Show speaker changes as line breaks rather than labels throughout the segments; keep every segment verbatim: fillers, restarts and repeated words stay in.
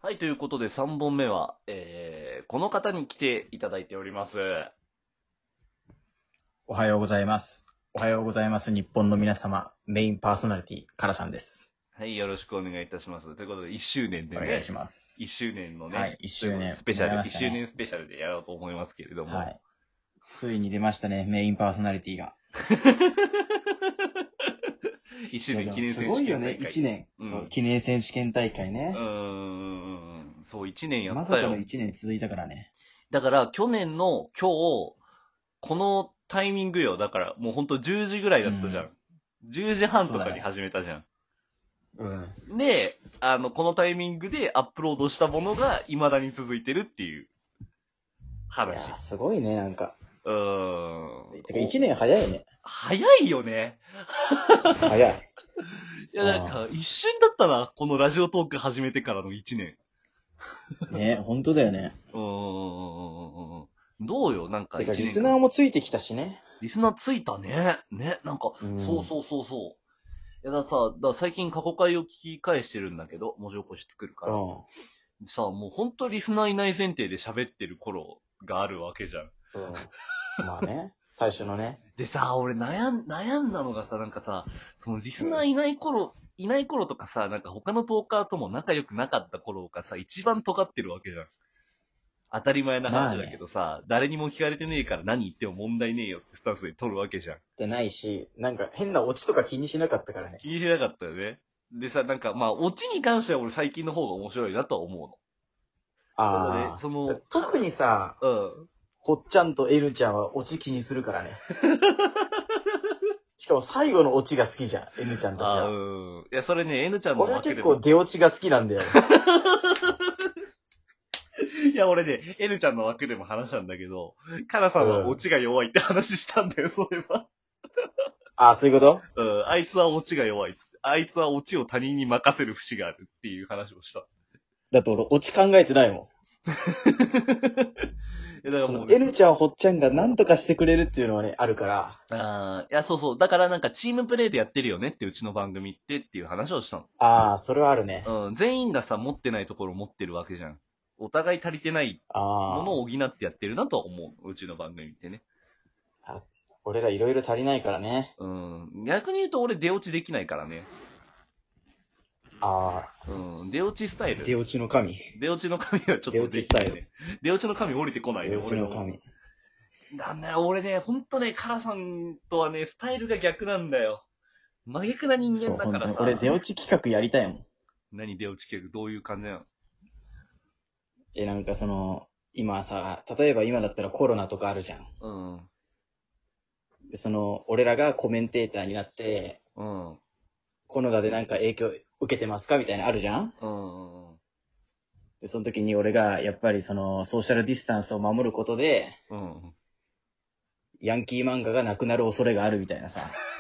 はい、ということでさんぼんめは、えー、この方に来ていただいております。
おはようございます。おはようございます。日本の皆様、メインパーソナリティ、カラさんです。
はい、よろしくお願いいたします。ということで、いっしゅうねんでね、
お願いします。
いっしゅうねんのね、
はい、1
ということで
周年、
スペシャル、1
迎えましたね。
周年スペシャルでやろうと思いますけれども。
はい。ついに出ましたね、メインパーソナリティが。
いっしゅうねん記念
す
選
ごいよね、
手権大会。
いちねん、うん。そう、記念選手権大会ね。
うーん、そう、いちねんやったよ。
まさかのいちねん続いたからね。
だから、去年の今日、このタイミングよ。だから、もうほんとじゅうじぐらいだったじゃん。うん、じゅうじはんとかに始めたじゃん。
うね、
うん。で、あの、このタイミングでアップロードしたものが未だに続いてるっていう話。
いや、すごいね、なんか。
うーん。
てかいちねん早いね。
早いよね。
早い。
いや、なんか、一瞬だったな、このラジオトーク始めてからのいちね
ん。ね、ほんとだよね。
うーん。どうよ、なんか
てか、
いちねん。
リスナーもついてきたしね。
リスナーついたね。ね、なんか、
うん、
そうそうそうそう。いや、だからさ、だから最近過去回を聞き返してるんだけど、文字起こし作るから。うん、さ、もうほんとリスナーいない前提で喋ってる頃があるわけじゃん。
うん。まあね、最初のね。
でさ、俺悩ん、悩んだのがさ、なんかさ、そのリスナーいない頃、うん、いない頃とかさ、なんか他のトーカーとも仲良くなかった頃がさ、一番尖ってるわけじゃん。当たり前な話だけどさ、まあね、誰にも聞かれてねえから何言っても問題ねえよってスタンスで取るわけじゃん。
ってないし、なんか変なオチとか気にしなかったからね。
気にしなかったよね。でさ、なんかまあ、オチに関しては俺最近の方が面白いなとは思うの。
ああ、ね、その、特にさ、うん。ほっちゃんとエルちゃんはオチ気にするからね。しかも最後のオチが好きじゃん、N ちゃんたちは。
あ、うん。いや、それね、N ちゃんの
俺は結構出オチが好きなんだよ。
いや、俺ね、N ちゃんの枠でも話したんだけど、カナさんはオチが弱いって話したんだよ、そういえば。
ああ、そういうこと？
うん、あいつはオチが弱いっつって。あいつはオチを他人に任せる節があるっていう話をした。
だって俺、オチ考えてないもん。いやだからもう、ね、N ちゃん、ほっちゃんが何とかしてくれるっていうのはね、あるから。
ああ、いや、そうそう。だからなんかチームプレイでやってるよねって、うちの番組ってっていう話をしたの。
ああ、それはあるね。
うん、全員がさ、持ってないところを持ってるわけじゃん。お互い足りてないものを補ってやってるなとは思う。うちの番組ってね。
あ、俺らいろいろ足りないからね。
うん。逆に言うと俺出落ちできないからね。
あ
あ。うん。出落ちスタイル。
出落ちの神。
出落ちの神はちょっとできない、ね。出落ちスタイル。出落ちの神降りてこないね、
出落ちの神。
だね、俺ね、ほんとね、カラさんとはね、スタイルが逆なんだよ。真逆な人間だからさ。
そう、俺出落ち企画やりたいもん。
何出落ち企画？どういう感じなの？
え、なんかその、今さ、例えば今だったらコロナとかあるじゃん。うん。で、その、俺らがコメンテーターになって、うん。コロナでなんか影響受けてますかみたいなのあるじゃん。うん。で、その時に俺が、やっぱりその、ソーシャルディスタンスを守ることで、うん。ヤンキー漫画がなくなる恐れがあるみたいなさ。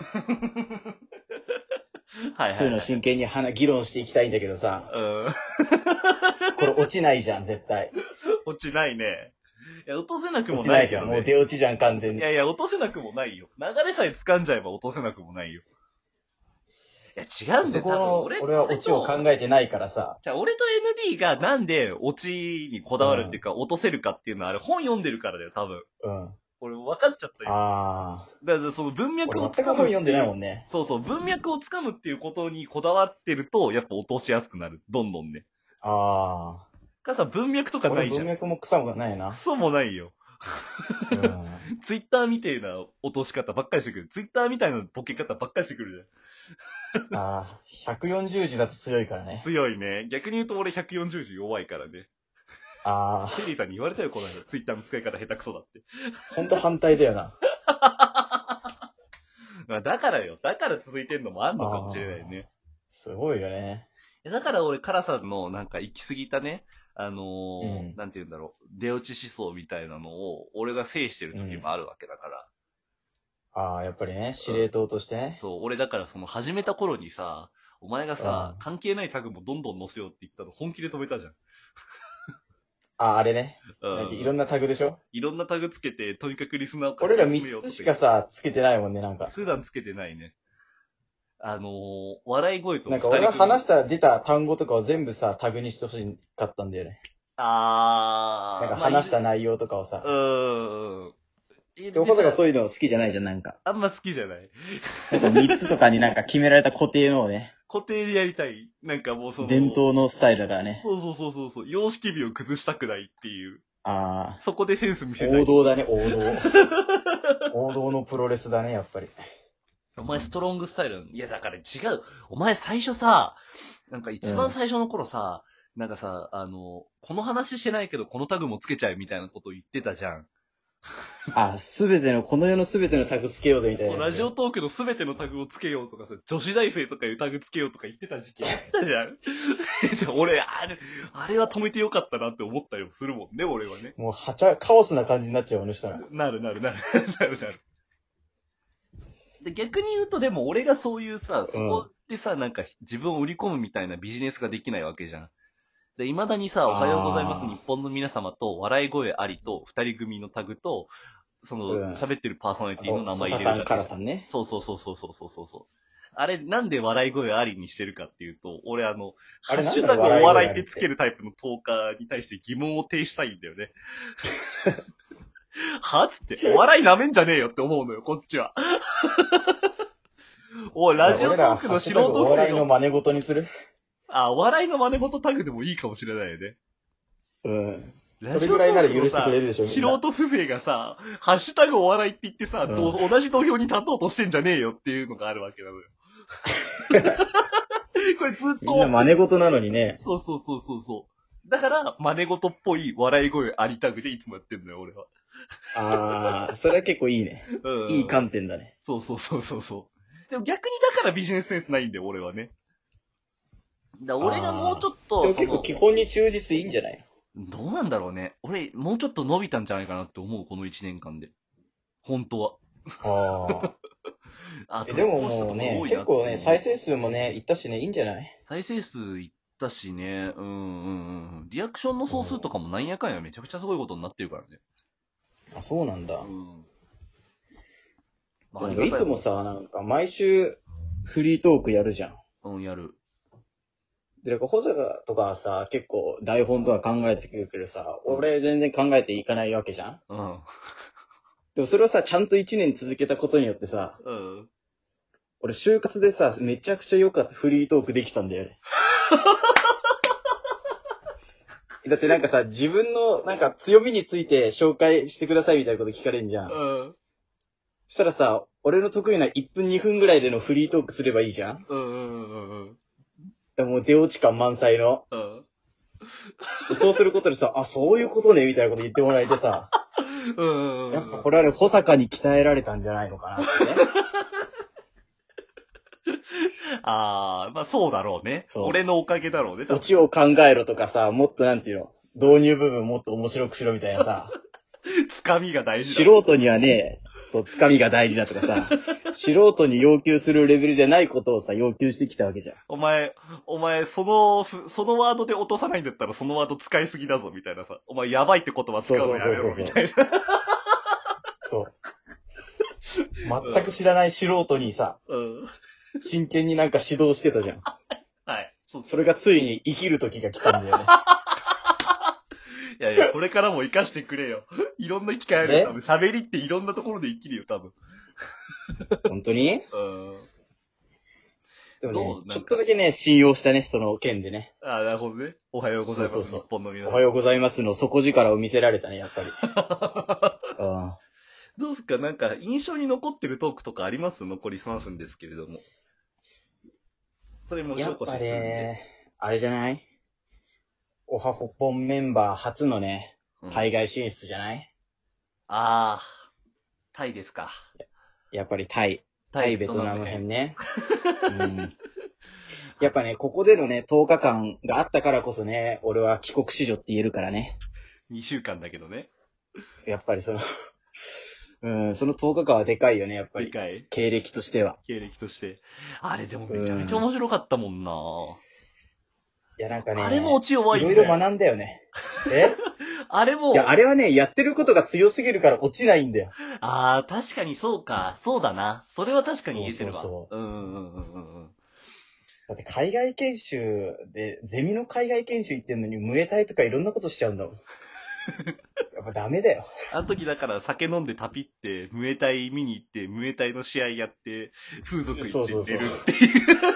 はいはい、はい。そういうのを真剣に議論していきたいんだけどさ。うん。これ落ちないじゃん、絶対。落ちないね。いや、落とせなくもない、ね。落ちないじゃん。もう出落ちじゃん、完全に。いやいや、落とせなくもないよ。流れさえ掴んじゃえば落とせなくもないよ。いや、違うんだよ。そこの、俺、俺は落ちを考えてないからさ。じゃあ、俺と エヌディー がなんで落ちにこだわるっていうか、うん、落とせるかっていうのはあれ本読んでるからだよ、多分。うん。俺分かっちゃったよ。ああ。だからその文脈をつかむ。本読んでないもんね。そうそう、文脈をつかむっていうことにこだわってると、やっぱ落としやすくなる。どんどんね。ああ。かさ、文脈とかないじゃん。文脈も草もないな。草もないよ。うん。ツイッターみたいな落とし方ばっかりしてくる。ツイッターみたいなボケ方ばっかりしてくるじゃん。ああ、ひゃくよんじゅうじだと強いからね。強いね。逆に言うと俺ひゃくよんじゅうじ弱いからね。ああ。テリーさんに言われたよ、この間。ツイッターの使い方下手くそだって。ほんと反対だよな。だからよ。だから続いてんのもあんのかもしれないね。すごいよね。だから俺、カラさんのなんか行き過ぎたね、あのー、うん、なんて言うんだろう、出落ち思想みたいなのを、俺が制してる時もあるわけだから。うん、ああ、やっぱりね、司令塔としてね、うん。そう、俺だからその始めた頃にさ、お前がさ、うん、関係ないタグもどんどん載せようって言ったの本気で止めたじゃん。あ、あれね。うん。なんかいろんなタグでしょ？いろんなタグつけて、とにかくリスナーを俺らみっつしかさ、つけてないもんね、なんか。普段つけてないね。
あのー、笑い声と
なんか俺が話した、出た単語とかを全部さ、タグにしてほしかったんだよね。
あー。
なんか話した内容とかをさ。
まあ、うーん。
で、お母さんがそういうの好きじゃないじゃん、なんか。
あんま好きじゃない。
なんかみっつとかになんか決められた固定のをね。
固定でやりたい。なんかもうその。
伝統のスタイルだからね。
そうそうそうそうそう。様式美を崩したくないっていう。
ああ。
そこでセンス見せたい。
王道だね、王道。王道のプロレスだね、やっぱり。
お前ストロングスタイル。いや、だから違う。お前最初さ、なんか一番最初の頃さ、うん、なんかさ、あの、この話してないけどこのタグもつけちゃえみたいなこと言ってたじゃん。
あ、すべての、この世のすべてのタグつけようぜみたいな。
ラジオトークのすべてのタグをつけようとかさ、女子大生とかいうタグつけようとか言ってた時期あったじゃん。俺、あれ、あれは止めてよかったなって思ったりもするもんね、俺はね。
もう、はちゃ、カオスな感じになっちゃうのしたら。
なるなるなる、なるなる。で、逆に言うとでも俺がそういうさ、そこでさ、うん、なんか自分を売り込むみたいなビジネスができないわけじゃん。で、未だにさ、おはようございます日本の皆様と、笑い声ありと、二人組のタグと、その、喋、うん、ってるパーソナリティの名前入れるだけ。さんからさんね。そうそうそうそうそうそうそう。あれ、なんで笑い声ありにしてるかっていうと、俺あの、ハッシュタグお笑いってつけるタイプのトーカーに対して疑問を呈したいんだよね。はつって、お笑い舐めんじゃねえよって思うのよ、こっちは。おい、ラジオトークの素人
お笑いの真似事にする？
あ、お笑いの真似事タグでもいいかもしれないよね。
うん。それぐらいなら許してくれるでしょ、
素人風情がさ、ハッシュタグお笑いって言ってさ、うん、同じ土俵に立とうとしてんじゃねえよっていうのがあるわけなのよ。これずっと。
みんな真似事なのにね。
そうそうそうそうそう。だから、真似事っぽい笑い声ありタグでいつもやってんのよ、俺は。
あー、それは結構いいね。うん、いい観点だね。
そうそうそうそうそう。でも逆にだからビジネスセンスないんだよ、俺はね。だ俺がもうちょっと。
でも結構基本に忠実いいんじゃない？
どうなんだろうね。俺、もうちょっと伸びたんじゃないかなって思う、この一年間で。本当は。
ああ。でももうね、結構ね、再生数もね、いったしね、いいんじゃない？
再生数いったしね、うんうんうん。リアクションの総数とかもなんやかんやめちゃくちゃすごいことになってるからね。
あ、そうなんだ。うん。まあ、いつもさ、なんか毎週フリートークやるじゃん。
うん、やる。
で、なんか、保坂とかはさ、結構台本とか考えてくるけどさ、うん、俺全然考えていかないわけじゃん。うん。でもそれをさ、ちゃんと一年続けたことによってさ、うん。俺就活でさ、めちゃくちゃ良かったフリートークできたんだよね。だってなんかさ、自分のなんか強みについて紹介してくださいみたいなこと聞かれんじゃん。うん。そしたらさ、俺の得意ないっぷんにふんぐらいでのフリートークすればいいじゃん。うんうんうんうん。でも出落ち感満載の。うん。そうすることでさ、あ、そういうことね、みたいなこと言ってもらえてさ。うんうんうん。やっぱこれはね、保坂に鍛えられたんじゃないのかなってね。
ああ、まあそうだろうね。そう。俺のおかげだろうね。
オチを考えろとかさ、もっとなんていうの、導入部分もっと面白くしろみたいなさ。
つかみが大事だ。
素人にはね、そう、つかみが大事だとかさ、素人に要求するレベルじゃないことをさ、要求してきたわけじゃん。
お前、お前、その、そのワードで落とさないんだったらそのワード使いすぎだぞ、みたいなさ。お前やばいって言葉使うのやめろ、みたいな。
そう。全く知らない素人にさ、うん、真剣になんか指導してたじゃん。はい。そ, それがついに生きる時が来たんだよね。
いやいや、これからも生かしてくれよ。いろんな機会あるよ。多分喋りっていろんなところで生きるよ、多分。
本当に？うん。でもね、ちょっとだけね、信用したね、その件でね。
ああ、なるほどね。おはようございます。そうそうそう日本の皆さん。
おはようございますの底力を見せられたね、やっぱり。
あどうすかなんか、印象に残ってるトークとかあります？残りさんぷんですけれども。それも
やっぱね、あれじゃない？おはほぽんメンバー初のね、海外進出じゃない？うん、
ああ、タイですか。
や, やっぱりタイ。タイ、ベトナム編ね。うん、やっぱね、ここでのね、とおかかんがあったからこそね、俺は帰国子女って言えるからね。
にしゅうかんだけどね。
やっぱりその、うん、そのとおかかんはでかいよね、やっぱり。
でかい。
経歴としては。
経歴として。あれでもめちゃめちゃ面白かったもんな、うん、
いや、なんかね、
あれも落ち弱い
んだよ。いろいろ学んだよね。え
あれも。
いや、あれはね、やってることが強すぎるから落ちないんだよ。
ああ、確かにそうか。そうだな。それは確かに言えてるわ。そうそうそう。うんうんうんうん。
だって海外研修で、ゼミの海外研修行ってんのに、ムエタイとかいろんなことしちゃうんだもん。やっぱダメだよ。
あの時だから酒飲んでタピって、ムエタイ見に行って、ムエタイの試合やって、風俗行って寝るっていう。そうそう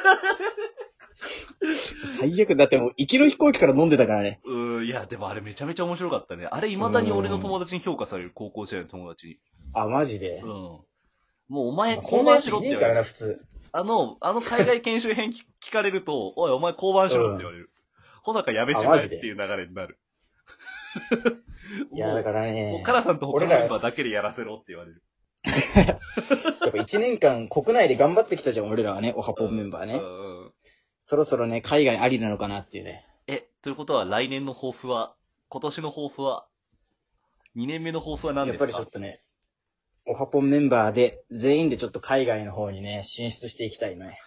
そう最悪だってもう、行きの飛行機から飲んでたからね。
うーん、いや、でもあれめちゃめちゃ面白かったね。あれ未だに俺の友達に評価される、高校生の友達に。
あ、マジで。
うん。もうお前交番しろって言われる。そんなやついねえからな、普通。あの、あの海外研修編聞かれると、おい、お前交番しろって言われる。保坂やめちまえっていう流れになる。
いや、だからね。
もう、カラさんと他のメンバーだけでやらせろって言われる。
やっぱ一年間国内で頑張ってきたじゃん、俺らはね、オハポンメンバーね。うんうん、そろそろね、海外ありなのかなっていうね。
え、ということは来年の抱負は、今年の抱負は、にねんめの抱負は何ですか？
やっぱりちょっとね、オハポンメンバーで、全員でちょっと海外の方にね、進出していきたいね。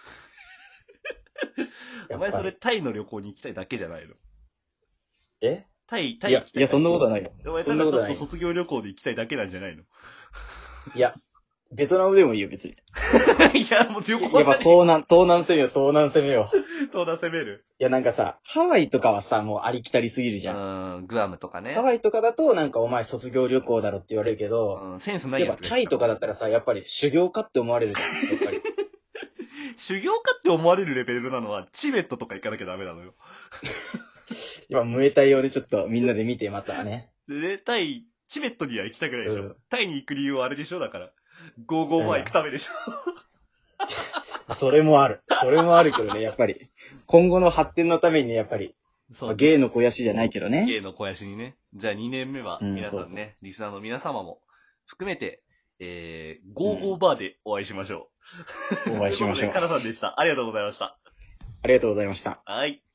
お前それタイの旅行に行きたいだけじゃないの？
え？
タイ、タイ行きたい。
いや、いや、そんなことはないよ。
お前そんなことない。卒業旅行で行きたいだけなんじゃないの？
いや、ベトナムでもいいよ、別に。
いや、もう旅行
やっぱ東南、東南攻めよう、東南攻めよう。
東南攻める。
いや、なんかさ、ハワイとかはさ、もうありきたりすぎるじゃ
ん。うん、グアムとかね。
ハワイとかだと、なんかお前卒業旅行だろって言われるけど、
うん、センスないやつ。
やっぱタイとかだったらさ、やっぱり修行家って思われるじゃん、やっぱり。
修行家って思われるレベルなのは、チベットとか行かなきゃダメなのよ。
今、ムエタイをね、ちょっとみんなで見て、またね。
で、タイ、チベットには行きたくないでしょ。うん、タイに行く理由はあれでしょだから。ごじゅうごまん行くためでしょ、
うん、それもある。それもあるけどね、やっぱり。今後の発展のためにね、やっぱり。そう、まあ、芸の肥やしじゃないけどね。
芸の肥やしにね。じゃあにねんめは、皆さんね、うん、そうそうリスナーの皆様も含めて、えー、ゴーゴーバーでお会いしましょう。
うん、お会いしましょう。
カナさんでした。ありがとうございました。
ありがとうございました。
はい。